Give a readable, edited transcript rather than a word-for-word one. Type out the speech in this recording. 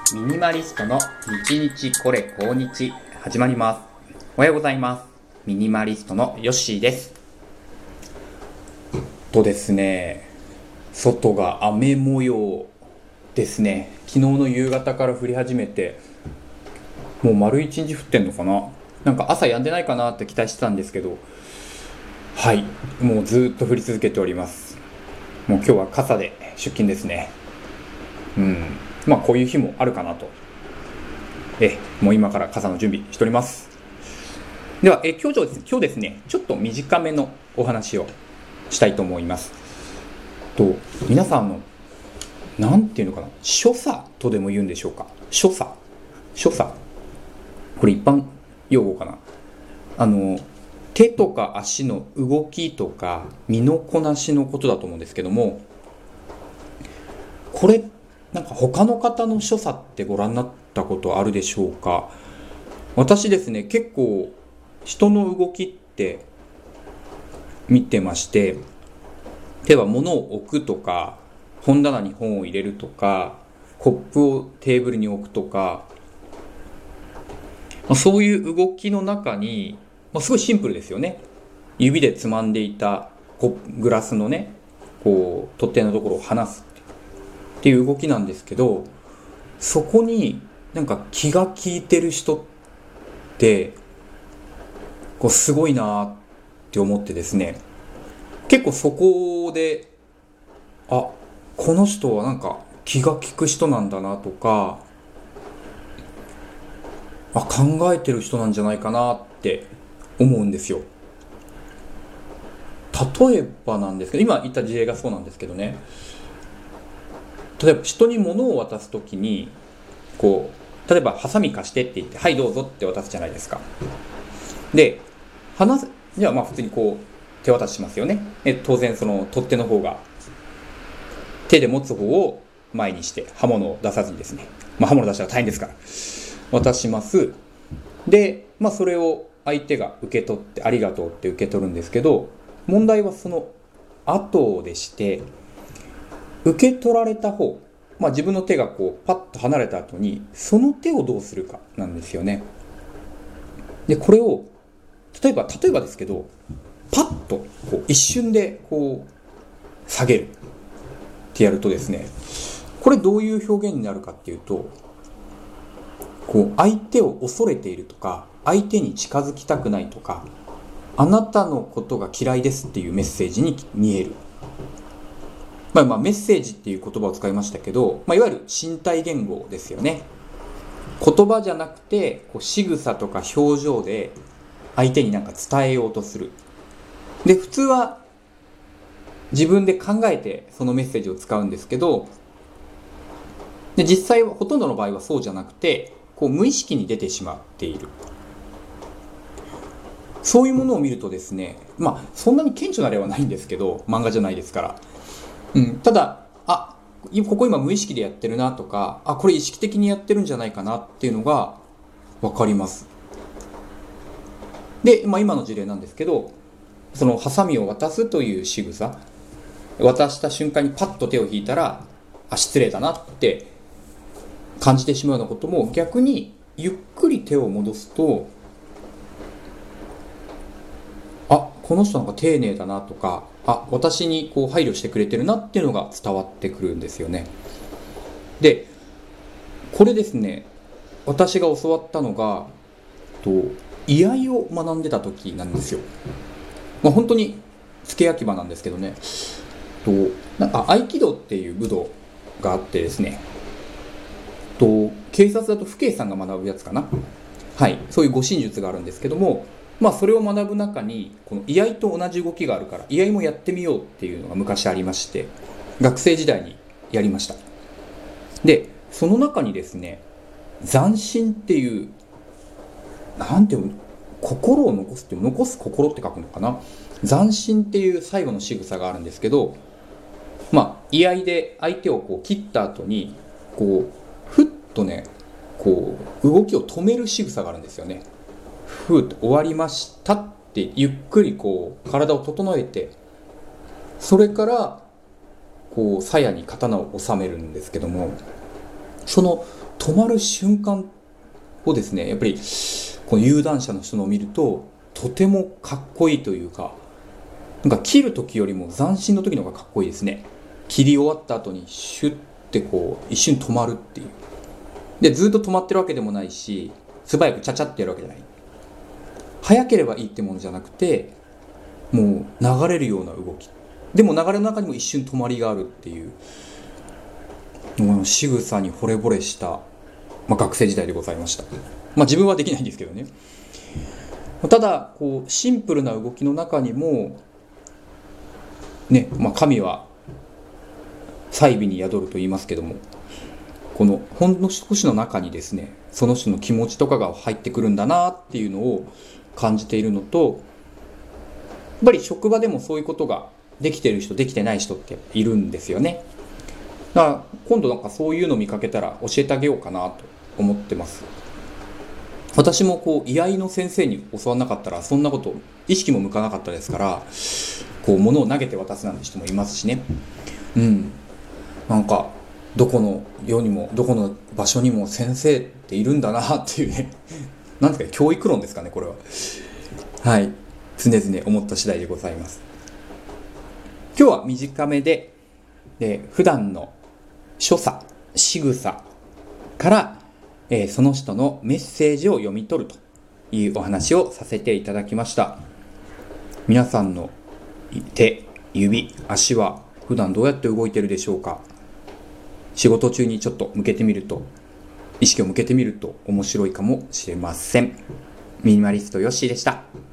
ミニマリストの日日これ今日始まります。おはようございます。ミニマリストのヨッシーです。ですね、外が雨模様ですね。昨日の夕方から降り始めて、もう丸一日降ってんのかな。なんか朝止んでないかなって期待してたんですけど、はい、もうずっと降り続けております。もう今日は傘で出勤ですね。まあこういう日もあるかなと。もう今から傘の準備しております。では、今日ですね、ちょっと短めのお話をしたいと思います。皆さんなんていうのかな、所作とでも言うんでしょうか。所作。これ一般用語かな。手とか足の動きとか身のこなしのことだと思うんですけども、これなんか他の方の所作ってご覧になったことあるでしょうか。私ですね、結構人の動きって見てまして、例えば物を置くとか、本棚に本を入れるとか、コップをテーブルに置くとか、そういう動きの中に、すごいシンプルですよね。指でつまんでいたグラスのね、取っ手のところを離すっていう動きなんですけど、そこになんか気が利いてる人ってすごいなって思ってですね、結構そこでこの人はなんか気が利く人なんだなとか、考えてる人なんじゃないかなって思うんですよ。例えばなんですけど、今言った事例がそうなんですけどね、例えば人に物を渡すときに例えばハサミ貸してって言って、はいどうぞって渡すじゃないですか。でじゃあ普通に手渡ししますよね。当然その取っ手の方が手で持つ方を前にして刃物を出さずにですね、刃物出したら大変ですから渡します。で、それを相手が受け取ってありがとうって受け取るんですけど、問題はその後でして、受け取られた方、自分の手がパッと離れた後にその手をどうするかなんですよね。でこれを例えばですけど、パッと一瞬で下げるってやるとですね、これどういう表現になるかっていうと、相手を恐れているとか、相手に近づきたくないとか、あなたのことが嫌いですっていうメッセージに見える。メッセージっていう言葉を使いましたけど、いわゆる身体言語ですよね。言葉じゃなくて仕草とか表情で相手になんか伝えようとする。で普通は自分で考えてそのメッセージを使うんですけど、で実際はほとんどの場合はそうじゃなくて、無意識に出てしまっている。そういうものを見るとですね、そんなに顕著な例はないんですけど、漫画じゃないですから、ただここ今無意識でやってるなとか、これ意識的にやってるんじゃないかなっていうのが分かります。で、今の事例なんですけど、そのハサミを渡すという仕草、渡した瞬間にパッと手を引いたら失礼だなって感じてしまうようなことも、逆にゆっくり手を戻すと、この人なんか丁寧だなとか、私に配慮してくれてるなっていうのが伝わってくるんですよね。でこれですね、私が教わったのが居合を学んでた時なんですよ。本当に付け焼き場なんですけどね、合気道っていう武道があってですね、警察だと父兄さんが学ぶやつかな、そういう護身術があるんですけども、それを学ぶ中にこの居合と同じ動きがあるから居合もやってみようっていうのが昔ありまして、学生時代にやりました。でその中にですね、斬新っていう、なんていうの、心を残すっていう、残す心って書くのかな、斬新っていう最後の仕草があるんですけど、居合で相手を切った後にふっとね、動きを止める仕草があるんですよね。ふーっと終わりましたってゆっくり体を整えて、それから鞘に刀を収めるんですけども、 その止まる瞬間をですね、やっぱりこの有段者の人のを見るととてもかっこいいというか、なんか切る時よりも斬新の時の方がかっこいいですね。切り終わった後にシュッてこう一瞬止まるっていう。でずっと止まってるわけでもないし、素早くチャチャってやるわけじゃない。早ければいいってものじゃなくて、もう流れるような動き。でも流れの中にも一瞬止まりがあるっていう、仕草に惚れ惚れした、学生時代でございました。自分はできないんですけどね。ただこうシンプルな動きの中にもね、神は細微に宿ると言いますけども、このほんの少しの中にですね、その人の気持ちとかが入ってくるんだなっていうのを感じているのと、やっぱり職場でもそういうことができてる人できてない人っているんですよね。だから今度なんかそういうの見かけたら教えてあげようかなと思ってます。私もこう居合の先生に教わらなかったらそんなこと意識も向かなかったですから、こう物を投げて渡すなんて人もいますしね。なんかどこの世にもどこの場所にも先生っているんだなっていうねなんですか、教育論ですかね、これは。はい、常々思った次第でございます。今日は短めで、普段の所作仕草から、その人のメッセージを読み取るというお話をさせていただきました。皆さんの手、指、足は普段どうやって動いているでしょうか。仕事中にちょっと向けてみると、意識を向けてみると面白いかもしれません。ミニマリストヨッシーでした。